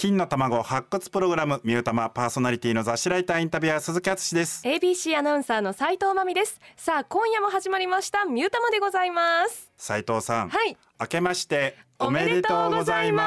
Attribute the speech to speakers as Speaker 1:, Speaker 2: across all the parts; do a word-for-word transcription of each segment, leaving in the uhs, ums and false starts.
Speaker 1: 金の卵発掘プログラムミュータマ、パーソナリティの雑誌ライターインタビュアー鈴木敦です。
Speaker 2: エービーシー アナウンサーの斉藤真美です。さあ今夜も始まりましたミュータマでございます。
Speaker 1: 斉藤さん、
Speaker 2: はい、
Speaker 1: 明けましておめでとうございます。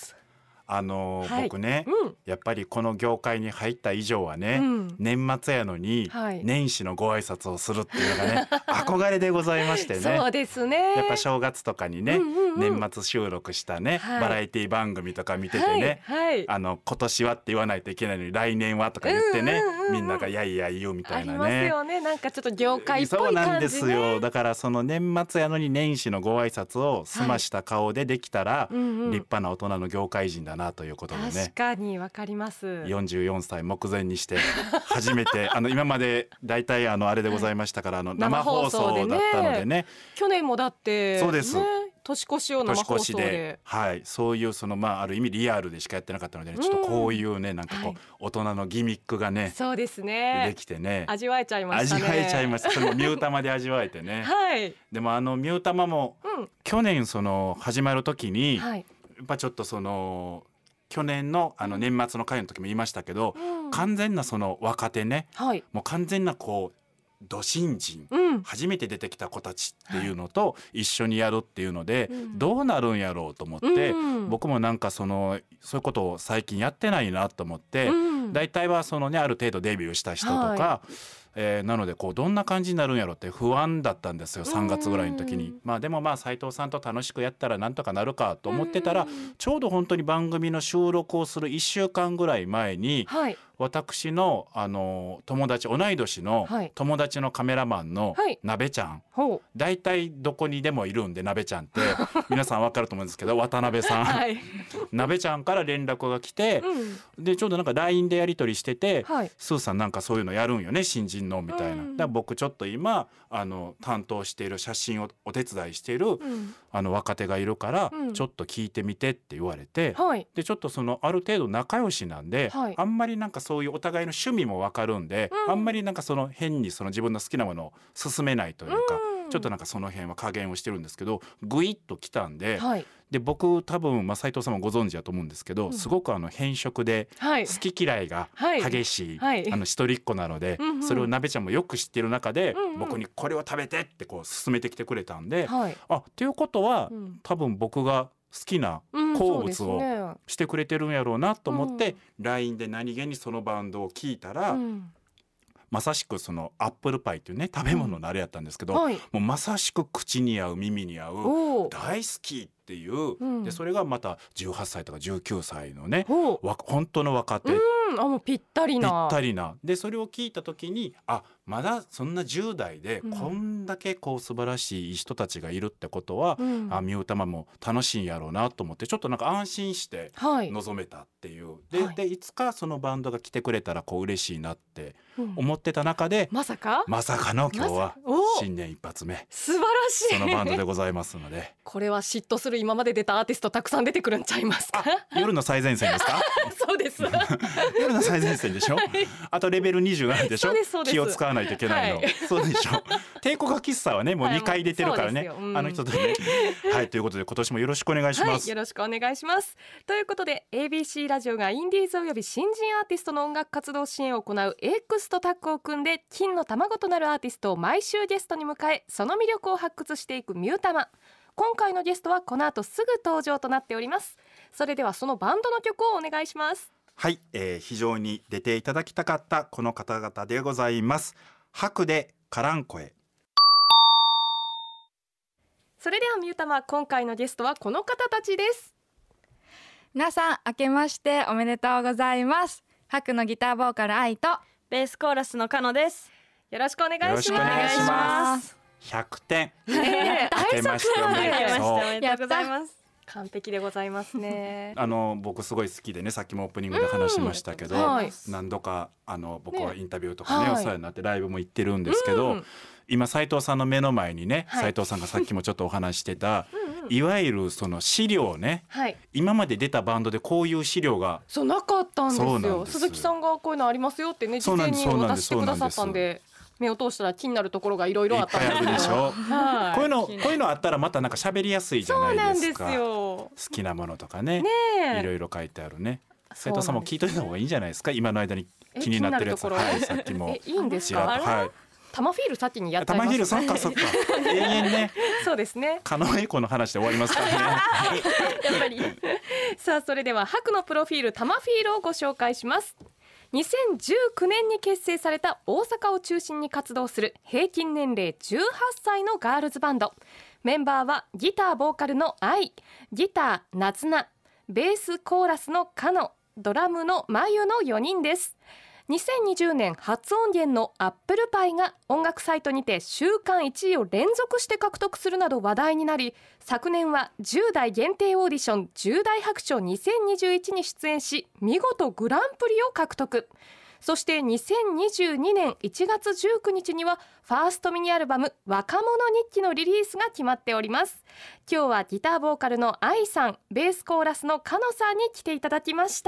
Speaker 1: あのーはい、僕ね、うん、やっぱりこの業界に入った以上はね、うん、年末やのに年始のご挨拶をするっていうのがね憧れでございましてね。
Speaker 2: そうですね。
Speaker 1: やっぱ正月とかにね、うんうんうん、年末収録したね、はい、バラエティ番組とか見ててね、はいはい、あの今年はって言わないといけないのに来年はとか言ってね、うんうんうん、みんながやいや言うみたいなね。
Speaker 2: ありますよね。なんかちょっと業界っぽい感じね。
Speaker 1: そうなんですよ。だからその年末やのに年始のご挨拶を済ました顔でできたら、はいうんうん、立派な大人の業界人だなということでね。
Speaker 2: 確かにわかります。
Speaker 1: よんじゅうよんさい目前にして初めてあの今までだいたいあのあれでございましたから、はい、あの生放送だったのでね。
Speaker 2: 去年もだって
Speaker 1: そうです、ね、
Speaker 2: 年越しを生放送で、
Speaker 1: で、はい、そういうその、まあ、ある意味リアルでしかやってなかったので、ね、ちょっとこういうねなんかこう、はい、大人のギミックがね
Speaker 2: そうですね
Speaker 1: できてね
Speaker 2: 味わえちゃいましたね。
Speaker 1: 味わえちゃいました。そのミュータマで味わえてね、
Speaker 2: はい、で
Speaker 1: もあのミュータマも、うん、去年その始まる時に、はい、やっぱちょっとその去年 の, あの年末の会の時も言いましたけど、うん、完全なその若手ね、はい、もう完全なこうど新人、うん、初めて出てきた子たちっていうのと一緒にやるっていうので、はい、どうなるんやろうと思って、うん、僕もなんかそのそういうことを最近やってないなと思って、うん、だいたいはそのねある程度デビューした人とか、はいえー、なのでこうどんな感じになるんやろって不安だったんですよさんがつぐらいの時に。まあでもまあ斉藤さんと楽しくやったらなんとかなるかと思ってたら、ちょうど本当に番組の収録をするいっしゅうかんぐらい前に、はい、私のあの友達同い年の友達のカメラマンのなべちゃん、はい、だいたいどこにでもいるんでなべちゃんって皆さん分かると思うんですけど渡辺さん、はい、なべちゃんから連絡が来て、うん、でちょうどなんか ライン でやり取りしてて、はい、スーさんなんかそういうのやるんよね新人のみたいな、うん、だから僕ちょっと今あの担当している写真をお手伝いしている、うん、あの若手がいるから、うん、ちょっと聞いてみてって言われて、はい、でちょっとそのある程度仲良しなんで、はい、あんまりなんかそういうお互いの趣味も分かるんで、うん、あんまりなんかその変にその自分の好きなものを進めないというか、うん、ちょっとなんかその辺は加減をしてるんですけどグイッと来たんで、はい、で僕多分、まあ、斉藤さんもご存知だと思うんですけど、うん、すごくあの偏食で好き嫌いが激しい、はいはい、あの一人っ子なので、うんうん、それをなべちゃんもよく知ってる中で、うんうん、僕にこれを食べてってこう勧めてきてくれたんで、はい、あっていうことは、うん、多分僕が好きな好物をしてくれてるんやろうなと思って、うん、ライン で何気にそのバンドを聞いたら、うん、まさしくそのアップルパイっていうね食べ物のあれやったんですけど、うんはい、もうまさしく口に合う耳に合う大好きっていう、うん、でそれがまたじゅうはっさいとかじゅうきゅうさいのね本当の若手、うん、
Speaker 2: あもうぴったりな
Speaker 1: ぴったりなでそれを聞いた時にあまだそんなじゅう代でこんだけこう素晴らしい人たちがいるってことは、うん、あミュータマも楽しいんやろうなと思ってちょっとなんか安心して臨めたっていう、はい、で、はい、でいつかそのバンドが来てくれたらこう嬉しいなって思ってた中で、
Speaker 2: うん、まさか
Speaker 1: まさかの今日は新年一発目
Speaker 2: 素晴らしい
Speaker 1: そのバンドでございますので
Speaker 2: これは嫉妬する今まで出たアーティストたくさん出てくるんちゃいますか。
Speaker 1: 夜の最前線ですか
Speaker 2: そうです
Speaker 1: 夜の最前線でしょ、はい、あとレベルにじゅうあるでしょ。気を使わないといけないの、はい、そうでしょ。帝国喫茶はねもうにかい出てるからね、はいうん、あの人とねはいということで今年もよろしくお願いします、
Speaker 2: はい、よろしくお願いします。ということで エービーシー ラジオがインディーズおよび新人アーティストの音楽活動支援を行う エーエックス とタッグを組んで金の卵となるアーティストを毎週ゲストに迎えその魅力を発掘していくミュータマ。今回のゲストはこの後すぐ登場となっております。それではそのバンドの曲をお願いします。
Speaker 1: はい、えー、非常に出ていただきたかったこの方々でございます。白でカランコエ。
Speaker 2: それではミュータマ今回のゲストはこの方たちです。
Speaker 3: 皆さん明けましておめでとうございます。白のギターボーカル愛と
Speaker 4: ベースコーラスのカノです。
Speaker 2: よろしくお願いします。よろしくお
Speaker 1: 願いします。ひゃくてん、
Speaker 2: えー、大作
Speaker 4: おめでとうございます。
Speaker 2: 完璧でございますね
Speaker 1: あの僕すごい好きでねさっきもオープニングで話しましたけど、うんはい、何度かあの僕はインタビューとかね、ねお世話になってライブも行ってるんですけど、うん、今斉藤さんの目の前にね、はい、斉藤さんがさっきもちょっとお話してたうん、いわゆるその資料ね、はい、今まで出たバンドでこういう資料が
Speaker 2: そうなかったんですよ。鈴木さんがこういうのありますよってね事前に渡してくださったんで目を通したら気になるところがいろいろあったんですけど
Speaker 1: いっぱいあるでしょ、はい、こういうのこういうのあったらまたなんか喋りやすいじゃないですか。
Speaker 2: そうなんですよ。
Speaker 1: 好きなものとかね、ねいろいろ書いてあるね。 斉藤さんも聞いといた方がいいんじゃないですか。今の間に気になってるやつ。はい、さっきも
Speaker 2: えいいんですか。
Speaker 1: はい。
Speaker 2: タマフィール先にやっちゃいます。
Speaker 1: タマフィールそっかそっか。永遠ね。
Speaker 2: そうですね。
Speaker 1: 狩野英孝の話で終わりますからね。
Speaker 2: やっぱり。さあそれでは白のプロフィールタマフィールをご紹介します。にせんじゅうきゅうねんに結成された大阪を中心に活動する平均年齢じゅうはっさいのガールズバンド。メンバーはギターボーカルの愛、ギターなずな、ベースコーラスのかの、ドラムのまゆのよにんです。にせんにじゅうねん初音源のアップルパイが音楽サイトにて週間いちいを連続して獲得するなど話題になり、昨年はじゅう代限定オーディションじゅう代白書にせんにじゅういちに出演し、見事グランプリを獲得。そしてにせんにじゅうにねんいちがつじゅうくにちにはファーストミニアルバム若者日記のリリースが決まっております。今日はギターボーカルの愛さん、ベースコーラスのかのさんに来ていただきました。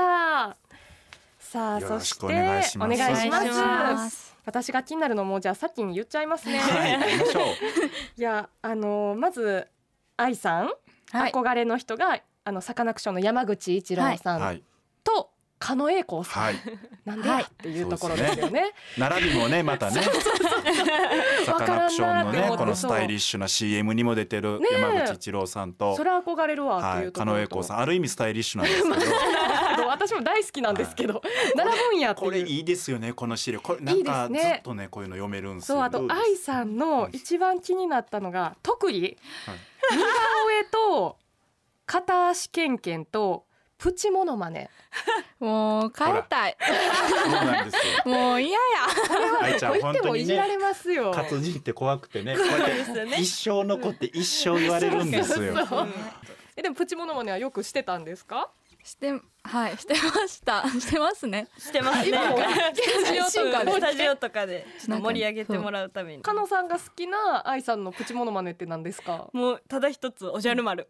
Speaker 2: さあそしてお願いします。お願いします。私が気になるのもじゃあ先に言っちゃいますね。
Speaker 1: はい、言いましょう。
Speaker 2: いやあのまず愛さん、はい、憧れの人があのサカナクションの山口一郎さん、はい、と狩野英孝さん、はい、なんで、はい、っていうところですよね。
Speaker 1: 並びもねまたねサカナクションのねこのスタイリッシュな シーエム にも出てる山口一郎さんと、
Speaker 2: それ憧れるわっていうところと、
Speaker 1: 狩野英孝さんある意味スタイリッシュなんですけど
Speaker 2: 私も大好きなんですけど、はい、並ぶんやっていう。
Speaker 1: これいいですよねこの資料。これなんかずっとねこういうの読めるんですよ。
Speaker 2: そう、あと愛さんの一番気になったのが特技、はい、似顔絵と片足ケンケンとプチモノマネ。
Speaker 3: もう変えたい。
Speaker 1: そうなんですよ。
Speaker 3: もう嫌や。
Speaker 1: 愛ちゃん本当にね、活字って怖くてね、こうやって一生残って一生言われるんですよ。
Speaker 2: えでもプチモノマネはよくしてたんですか？
Speaker 3: してはいしてましたしてますね
Speaker 4: してますね。スタジオとかでちょっと盛り上げてもらうために。
Speaker 2: 加納さんが好きな愛さんのプチモノマネって何ですか？
Speaker 4: もうただ一つおじゃる丸。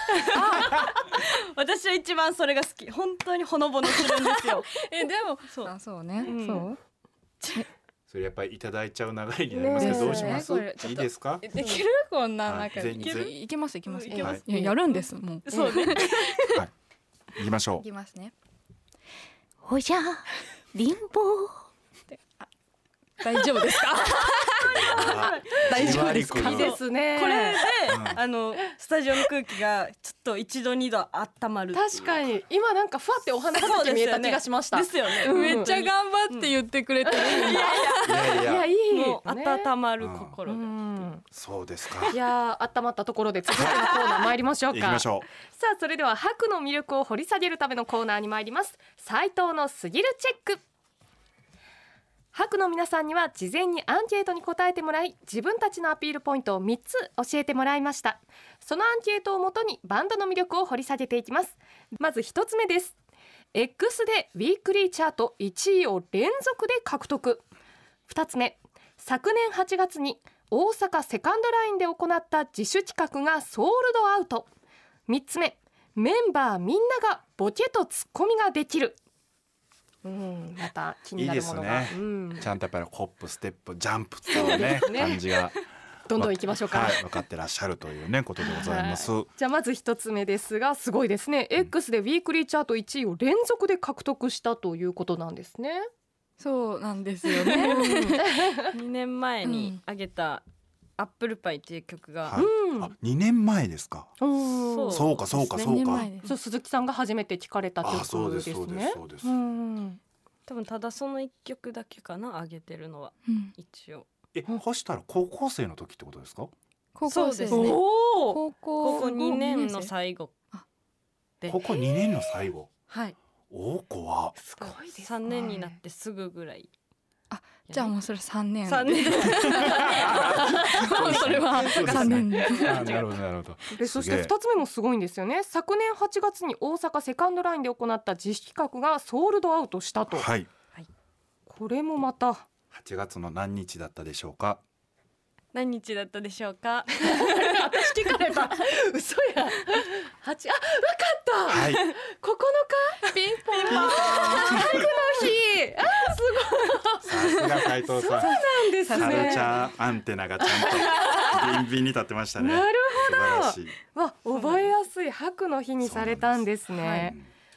Speaker 4: 私は一番それが好き。本当にほのぼのするんですよ。
Speaker 3: えでもそうあそうね、うん、そう
Speaker 1: それやっぱりいただいちゃう流れになりますけど、どうします？いいですか？
Speaker 3: できるこんな中でいけますいけます。いややるんですもう。
Speaker 2: そうね。
Speaker 1: はい。行きましょう。
Speaker 3: 行きますね。
Speaker 5: おじゃリンボー。
Speaker 3: 大丈夫ですか？
Speaker 2: 大丈夫ですか？いいですね。
Speaker 4: これで、うん、あのスタジオの空気がちょっと一度二度温まる。
Speaker 2: 確かに今なんかふわってお花畑見えた気がしました。
Speaker 4: ですよね。
Speaker 3: うん、めっちゃ頑張って言ってくれてる。うん、いやい
Speaker 2: やいやいい。
Speaker 4: もう温まる心が。うん、
Speaker 1: そうですか。
Speaker 2: いや温まったところで続いてのコーナー参りましょうか。
Speaker 1: 行きましょ
Speaker 2: う。さあそれでは白の魅力を掘り下げるためのコーナーに参ります。斉藤のすぎるチェック。白の皆さんには事前にアンケートに答えてもらい、自分たちのアピールポイントをみっつ教えてもらいました。そのアンケートをもとにバンドの魅力を掘り下げていきます。まずひとつめです。 X でウィークリーチャートいちいを連続で獲得。ふたつめ、昨年はちがつに大阪セカンドラインで行った自主企画がソールドアウト。みっつめ、メンバーみんながボケとツッコミができる。うん、また気になるものがいいですね、うん、
Speaker 1: ちゃんとやっぱりホップステップジャンプっていうね感じが
Speaker 2: どんどんいきましょうか、
Speaker 1: はい、分かってらっしゃるというねことでございます、はい、
Speaker 2: じゃあまず一つ目ですが、すごいですね、うん、X でウィークリーチャートいちいを連続で獲得したということなんですね。
Speaker 3: そうなんですよね。
Speaker 4: にねんまえに上げたアップルパイっていう曲が、
Speaker 1: はい、うん、あにねんまえですか。
Speaker 2: そ
Speaker 1: うそうかそうかそうか。
Speaker 2: そう鈴木さんが初めて聞かれた曲ですね。
Speaker 1: そうですそうですそうです。うん、
Speaker 4: 多分ただその一曲だけかな上げてるのは、うん、一応。
Speaker 1: え、そしたら高校生の時ってことですか？
Speaker 3: 高校生ですね。
Speaker 2: 高
Speaker 4: 校高校にねんの最後
Speaker 1: で。高校にねんの最後。
Speaker 4: はい。
Speaker 1: おー怖。
Speaker 2: すごいですね。
Speaker 4: さんねんになってすぐぐらい。
Speaker 3: あ、じゃあもうそれさんねん。
Speaker 4: さんねん。
Speaker 3: それはさんねん。
Speaker 1: なるほどなるほど。
Speaker 2: でそしてふたつめもすごいんですよね。昨年はちがつに大阪セカンドラインで行った自主企画がソールドアウトしたと。
Speaker 1: はい。
Speaker 2: これもまたは
Speaker 1: ちがつの何日だったでしょうか。
Speaker 4: 何日だったでしょうか。
Speaker 2: 私聞かれた。嘘や。はちあ、わかった。
Speaker 1: はい。
Speaker 2: ここのか。ピンポン。最後の日。あ、すごい。
Speaker 1: さすが斉藤さん。そう
Speaker 2: なんですね。
Speaker 1: カルチャーアンテナがちゃんとビンビンに立ってましたね。
Speaker 2: なるほど。
Speaker 1: 素晴らしい。
Speaker 2: わ、覚えやすい白の日にされたんですね。はい、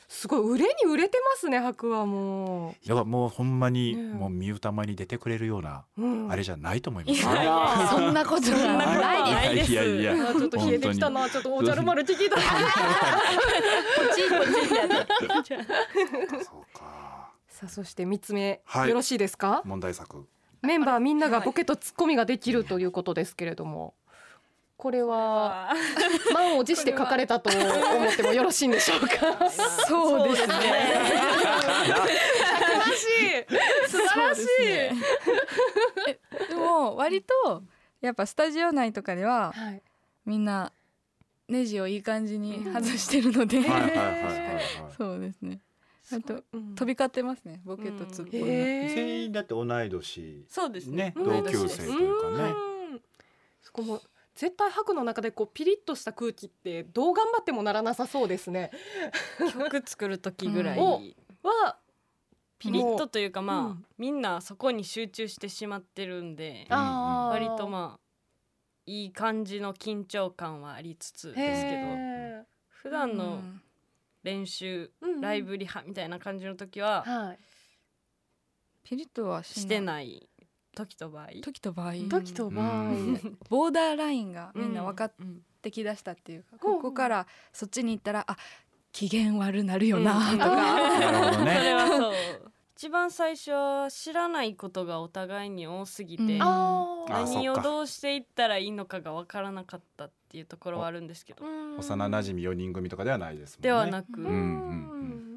Speaker 2: すごい売れに売れてますね。白はもう
Speaker 1: いやもうほんまに、ね、もうミュータマに出てくれるような、うん、あれじゃないと思います、ね、
Speaker 3: いやそんなことないです。
Speaker 1: いやいやいや
Speaker 2: ちょっと冷えてきたな。ちょっとおじゃる丸聞きたい。ポチポチそうか。さあそしてみっつめ、はい、よろしいですか。
Speaker 1: 問題作。
Speaker 2: メンバーみんながボケとツッコミができるということですけれども、これは満を持して書かれたと思ってもよろしいんでしょうか。
Speaker 3: そうですね。
Speaker 2: たくましい、素晴らしい。で, ね、
Speaker 3: でも割とやっぱスタジオ内とかでは、はい、みんなネジをいい感じに外してるので、そうですね。あと、うん、飛び交ってますね。ボケとツッコミ、
Speaker 1: 全員だって同い年、
Speaker 4: そうですね、
Speaker 1: 同級生というかね。
Speaker 2: そこも絶対白の中でこうピリッとした空気ってどう頑張ってもならなさそうですね。
Speaker 4: 曲作る時ぐらいはピリッとというか、まあ、うん、みんなそこに集中してしまってるんで、うん、割とまあいい感じの緊張感はありつつですけど、普段の練習、うん、ライブリハみたいな感じの時は、はい、
Speaker 3: ピリッとは
Speaker 4: してない時と場合
Speaker 3: 時と場合
Speaker 2: 時と場合
Speaker 3: ボーダーラインがみんな分かってきだしたっていうか、うん、ここからそっちに行ったらあ機嫌悪なるよなとか、
Speaker 1: なるほどね。
Speaker 4: それはそう。一番最初は知らないことがお互いに多すぎて、うん、何をどうしていったらいいのかが分からなかったっていうところはあるんですけど、
Speaker 1: 幼馴染よにん組とかではないですもんね。
Speaker 4: ではなく、うんうんうん、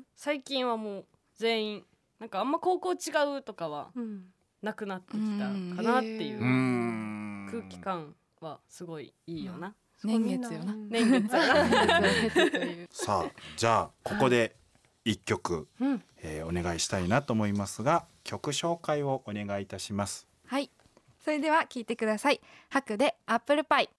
Speaker 4: 最近はもう全員なんかあんま高校違うとかはなくなってきたかなっていう空気感はすごいいいよな。
Speaker 3: 年月よな。
Speaker 4: 年月よな。
Speaker 1: さあじゃあここで一曲、はい、えー、お願いしたいなと思いますが、曲紹介をお願いいたします。
Speaker 3: はい、それでは聴いてください。白でアップルパイ。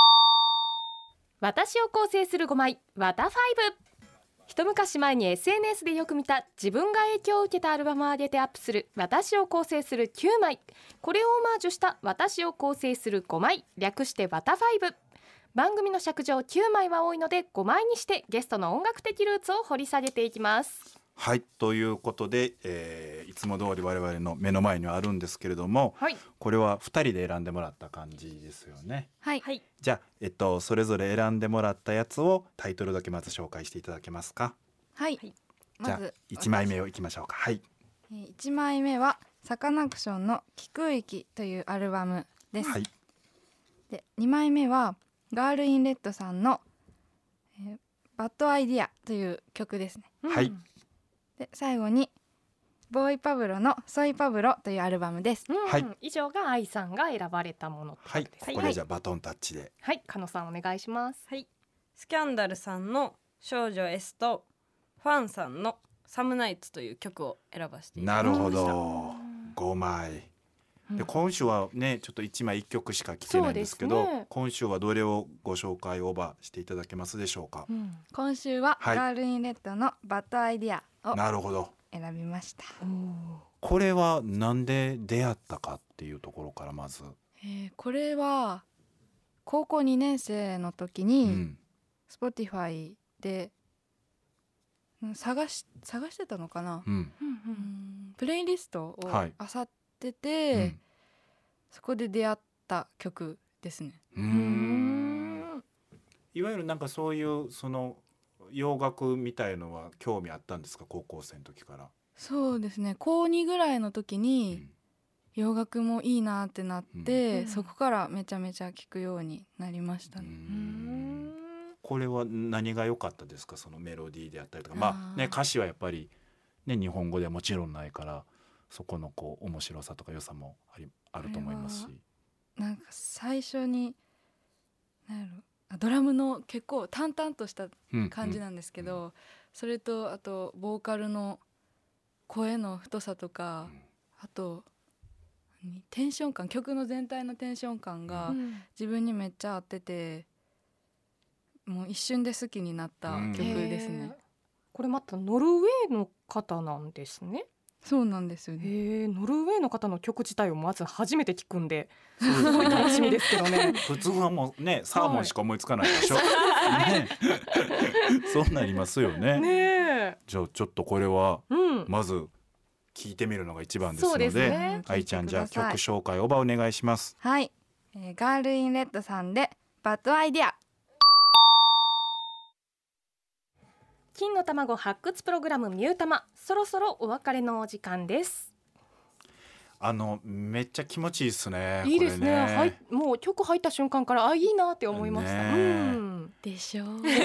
Speaker 2: 私を構成するごまいワタファイブ。一昔前に エスエヌエス でよく見た自分が影響を受けたアルバムを上げてアップする私を構成するきゅうまい、これをオマージュした私を構成するごまい、略してワタファイブ。番組の尺上きゅうまいは多いのでごまいにしてゲストの音楽的ルーツを掘り下げていきます。
Speaker 1: はい、ということで、えー、いつも通り我々の目の前にはあるんですけれども、はい、これはふたりで選んでもらった感じですよね。
Speaker 3: はい、
Speaker 1: じゃあ、えっと、それぞれ選んでもらったやつをタイトルだけまず紹介していただけますか。
Speaker 3: はい、
Speaker 1: じゃあいちまいめをいきましょうか。はい、
Speaker 3: いちまいめはサカナクションの聞く息というアルバムです。はい、でにまいめはガールインレッドさんの、えー、バッドアイディアという曲ですね。
Speaker 1: はい、
Speaker 3: で最後にボーイパブロのソイパブロというアルバムです。
Speaker 2: うん、はい、以上が愛さんが選ばれたものです。
Speaker 1: はい、ここでじゃあバトンタッチで、
Speaker 2: はい、加野さんお願いします。
Speaker 4: はい、スキャンダルさんの少女 S とファンさんのサムナイツという曲を選ばせていただきました。
Speaker 1: なるほど、ごまいで、今週はねちょっといちまいいっきょくしか聴けないんですけど、ね、今週はどれをご紹介オーバーしていただけますでしょうか。うん、
Speaker 3: 今週はガールインレッドのバッドアイディアを
Speaker 1: なるほど
Speaker 3: 選びました。
Speaker 1: これはなんで出会ったかっていうところからまず、
Speaker 3: えー、これは高校にねん生の時に、うん、Spotify で探し探してたのかな、うんうん、プレイリストを漁ってて、はい、うん、そこで出会った曲ですね。
Speaker 1: うーん、いわゆるなんかそういうその洋楽みたいのは興味あったんですか、高校生の時から。
Speaker 3: そうですね、こうにぐらいの時に洋楽もいいなってなって、うん、そこからめちゃめちゃ聴くようになりましたね。うーん、
Speaker 1: これは何が良かったですか、そのメロディーであったりとか、まあね、歌詞はやっぱり、ね、日本語ではもちろんないからそこのこう面白さとか良さもありあると思いますし、
Speaker 3: なんか最初になんやろ、ドラムの結構淡々とした感じなんですけど、うんうん、それとあとボーカルの声の太さとか、うん、あとテンション感、曲の全体のテンション感が自分にめっちゃ合ってて、もう一瞬で好きになった曲ですね。
Speaker 2: これまたノルウェーの方なんですね。
Speaker 3: そうなんですよね。
Speaker 2: へ、ノルウェーの方の曲自体をまず初めて聞くんで、すごい楽しみですけどね。
Speaker 1: 普通はもうね、サーモンしか思いつかないでしょ、はい、ね、そうなりますよね。
Speaker 2: ねえ、
Speaker 1: じゃあちょっとこれはまず聞いてみるのが一番ですので、うんね、愛ちゃんじゃあ曲紹介おばお願いします。
Speaker 3: はい、えー、ガールインレッドさんでバッドアイデア。
Speaker 2: 金の卵発掘プログラムミュータマ、そろそろお別れのお時間です。
Speaker 1: あのめっちゃ気持ちいいですね。
Speaker 2: いいですね。はい、もう曲入った瞬間からあいいなって思いました。
Speaker 3: うん、でしょう。消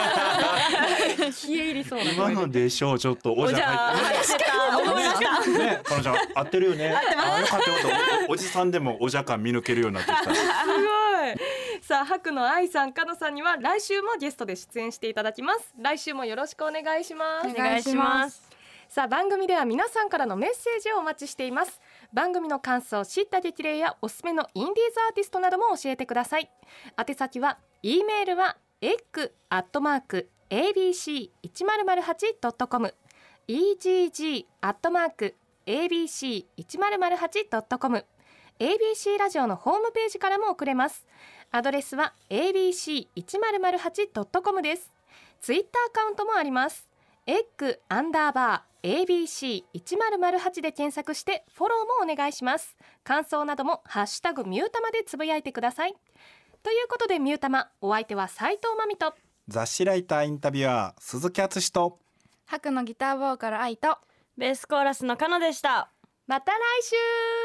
Speaker 2: え入りそうな。
Speaker 1: 今のでしょうちょっとおじゃ入って
Speaker 2: た。思いました。
Speaker 1: ね、彼女合ってるよね。あ、よかったよかった。おじさんでもおじゃ感見抜けるようになってきた。すごい。
Speaker 2: さあ、白野愛さん、かのさんには来週もゲストで出演していただきます。来週もよろしくお願いします。
Speaker 3: お願いします。
Speaker 2: さあ、番組では皆さんからのメッセージをお待ちしています。番組の感想、知った激励やおすすめのインディーズアーティストなども教えてください。宛先は E メールは エッグ アットマーク エービーシーいちまるまるはち ドットコム イージージー アットマーク エービーシーいちまるまるはち ドットコム エービーシー ラジオのホームページからも送れます。アドレスは エービーシーいちまるまるはち ドットコム です。ツイッターアカウントもあります。エッグアンダーバー エービーシーいちまるまるはち で検索してフォローもお願いします。感想などもハッシュタグミュータマでつぶやいてください。ということでミュータマ、お相手は斉藤真美と
Speaker 1: 雑誌ライターインタビュアー鈴木敦と
Speaker 3: 白のギターボーカル愛と
Speaker 4: ベースコーラスのかのでした。
Speaker 2: また来週。